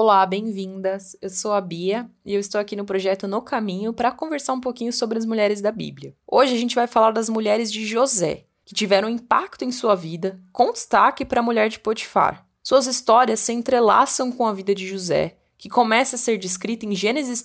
Olá, bem-vindas! Eu sou a Bia e eu estou aqui no projeto No Caminho para conversar um pouquinho sobre as mulheres da Bíblia. Hoje a gente vai falar das mulheres de José, que tiveram impacto em sua vida, com destaque para a mulher de Potifar. Suas histórias se entrelaçam com a vida de José, que começa a ser descrita em Gênesis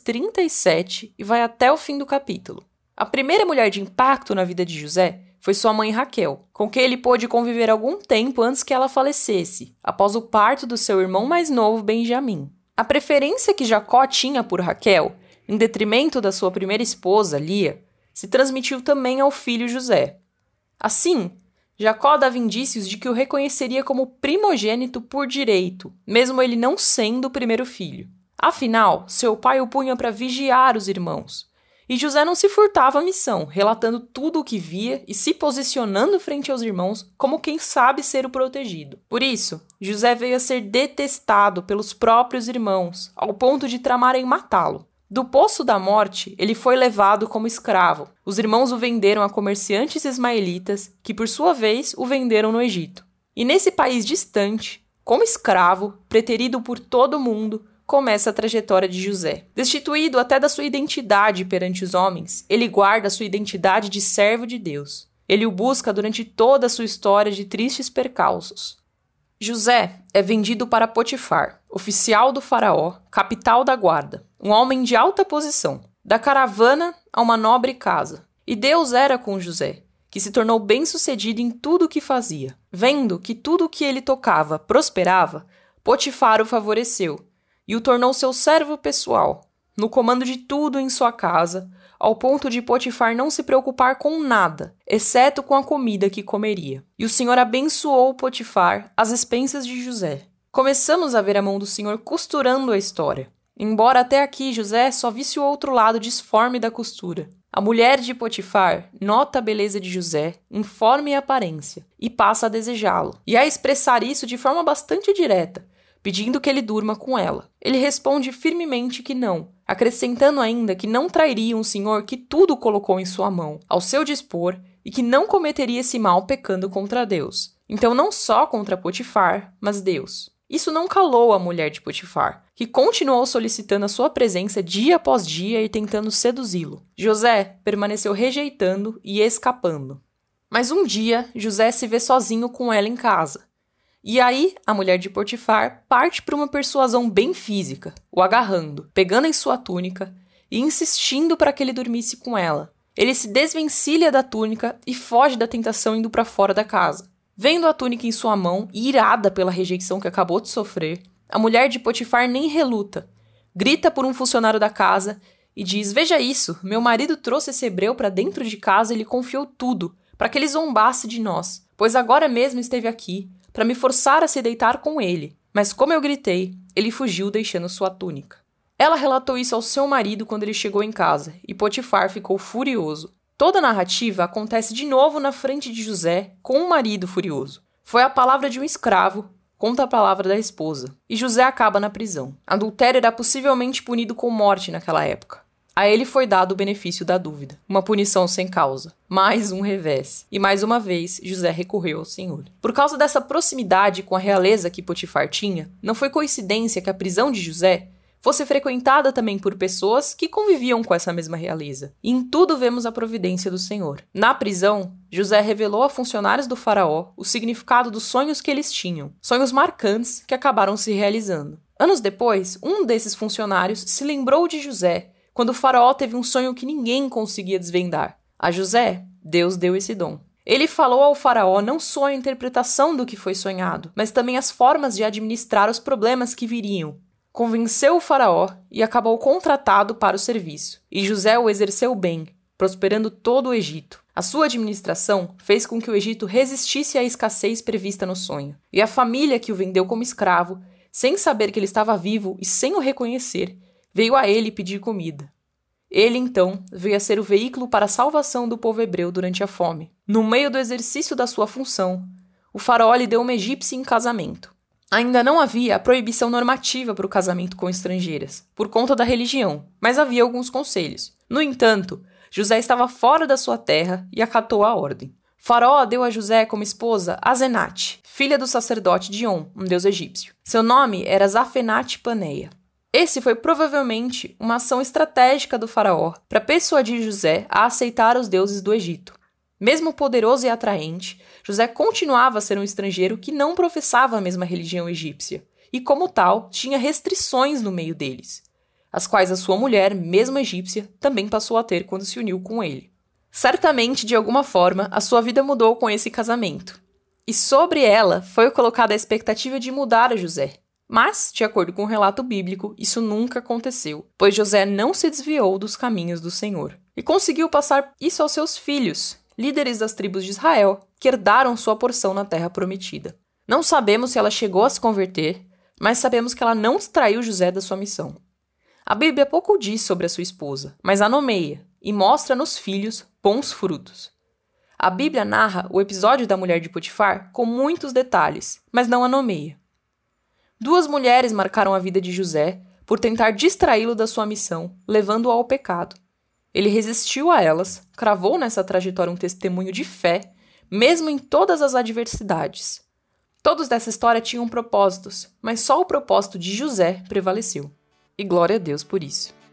37 e vai até o fim do capítulo. A primeira mulher de impacto na vida de José foi sua mãe Raquel, com quem ele pôde conviver algum tempo antes que ela falecesse, após o parto do seu irmão mais novo, Benjamim. A preferência que Jacó tinha por Raquel, em detrimento da sua primeira esposa, Lia, se transmitiu também ao filho José. Assim, Jacó dava indícios de que o reconheceria como primogênito por direito, mesmo ele não sendo o primeiro filho. Afinal, seu pai o punha para vigiar os irmãos. E José não se furtava à missão, relatando tudo o que via e se posicionando frente aos irmãos como quem sabe ser o protegido. Por isso, José veio a ser detestado pelos próprios irmãos, ao ponto de tramarem matá-lo. Do poço da morte, ele foi levado como escravo. Os irmãos o venderam a comerciantes ismaelitas, que por sua vez o venderam no Egito. E nesse país distante, como escravo, preterido por todo mundo, começa a trajetória de José. Destituído até da sua identidade perante os homens, ele guarda sua identidade de servo de Deus. Ele o busca durante toda a sua história de tristes percalços. José é vendido para Potifar, oficial do faraó, capital da guarda, um homem de alta posição, da caravana a uma nobre casa. E Deus era com José, que se tornou bem-sucedido em tudo o que fazia. Vendo que tudo o que ele tocava prosperava, Potifar o favoreceu e o tornou seu servo pessoal, no comando de tudo em sua casa, ao ponto de Potifar não se preocupar com nada, exceto com a comida que comeria. E o Senhor abençoou Potifar às expensas de José. Começamos a ver a mão do Senhor costurando a história. Embora até aqui José só visse o outro lado disforme da costura. A mulher de Potifar nota a beleza de José, em forma e aparência, e passa a desejá-lo, e a expressar isso de forma bastante direta, pedindo que ele durma com ela. Ele responde firmemente que não, acrescentando ainda que não trairia um senhor que tudo colocou em sua mão, ao seu dispor, e que não cometeria esse mal pecando contra Deus. Então não só contra Potifar, mas Deus. Isso não calou a mulher de Potifar, que continuou solicitando a sua presença dia após dia e tentando seduzi-lo. José permaneceu rejeitando e escapando. Mas um dia, José se vê sozinho com ela em casa. E aí, a mulher de Potifar parte para uma persuasão bem física, o agarrando, pegando em sua túnica e insistindo para que ele dormisse com ela. Ele se desvencilha da túnica e foge da tentação indo para fora da casa. Vendo a túnica em sua mão e irada pela rejeição que acabou de sofrer, a mulher de Potifar nem reluta. Grita por um funcionário da casa e diz: "Veja isso, meu marido trouxe esse hebreu para dentro de casa e lhe confiou tudo, para que ele zombasse de nós, pois agora mesmo esteve aqui, para me forçar a se deitar com ele. Mas como eu gritei, ele fugiu deixando sua túnica." Ela relatou isso ao seu marido quando ele chegou em casa, e Potifar ficou furioso. Toda a narrativa acontece de novo na frente de José, com um marido furioso. Foi a palavra de um escravo contra a palavra da esposa, e José acaba na prisão. Adultério era possivelmente punido com morte naquela época. A ele foi dado o benefício da dúvida, uma punição sem causa, mais um revés. E mais uma vez, José recorreu ao Senhor. Por causa dessa proximidade com a realeza que Potifar tinha, não foi coincidência que a prisão de José fosse frequentada também por pessoas que conviviam com essa mesma realeza. E em tudo vemos a providência do Senhor. Na prisão, José revelou a funcionários do faraó o significado dos sonhos que eles tinham, sonhos marcantes que acabaram se realizando. Anos depois, um desses funcionários se lembrou de José quando o faraó teve um sonho que ninguém conseguia desvendar. A José, Deus deu esse dom. Ele falou ao faraó não só a interpretação do que foi sonhado, mas também as formas de administrar os problemas que viriam. Convenceu o faraó e acabou contratado para o serviço. E José o exerceu bem, prosperando todo o Egito. A sua administração fez com que o Egito resistisse à escassez prevista no sonho. E a família que o vendeu como escravo, sem saber que ele estava vivo e sem o reconhecer, veio a ele pedir comida. Ele, então, veio a ser o veículo para a salvação do povo hebreu durante a fome. No meio do exercício da sua função, o faraó lhe deu uma egípcia em casamento. Ainda não havia a proibição normativa para o casamento com estrangeiras, por conta da religião, mas havia alguns conselhos. No entanto, José estava fora da sua terra e acatou a ordem. Faraó deu a José como esposa Asenate, filha do sacerdote Dion, um deus egípcio. Seu nome era Zafenate-Paneia. Esse foi provavelmente uma ação estratégica do faraó para persuadir José a aceitar os deuses do Egito. Mesmo poderoso e atraente, José continuava a ser um estrangeiro que não professava a mesma religião egípcia, e como tal, tinha restrições no meio deles, as quais a sua mulher, mesmo egípcia, também passou a ter quando se uniu com ele. Certamente, de alguma forma, a sua vida mudou com esse casamento. E sobre ela foi colocada a expectativa de mudar a José. Mas, de acordo com o relato bíblico, isso nunca aconteceu, pois José não se desviou dos caminhos do Senhor. E conseguiu passar isso aos seus filhos, líderes das tribos de Israel, que herdaram sua porção na terra prometida. Não sabemos se ela chegou a se converter, mas sabemos que ela não distraiu José da sua missão. A Bíblia pouco diz sobre a sua esposa, mas a nomeia e mostra nos filhos bons frutos. A Bíblia narra o episódio da mulher de Potifar com muitos detalhes, mas não a nomeia. 2 mulheres marcaram a vida de José por tentar distraí-lo da sua missão, levando-o ao pecado. Ele resistiu a elas, cravou nessa trajetória um testemunho de fé, mesmo em todas as adversidades. Todos dessa história tinham propósitos, mas só o propósito de José prevaleceu. E glória a Deus por isso.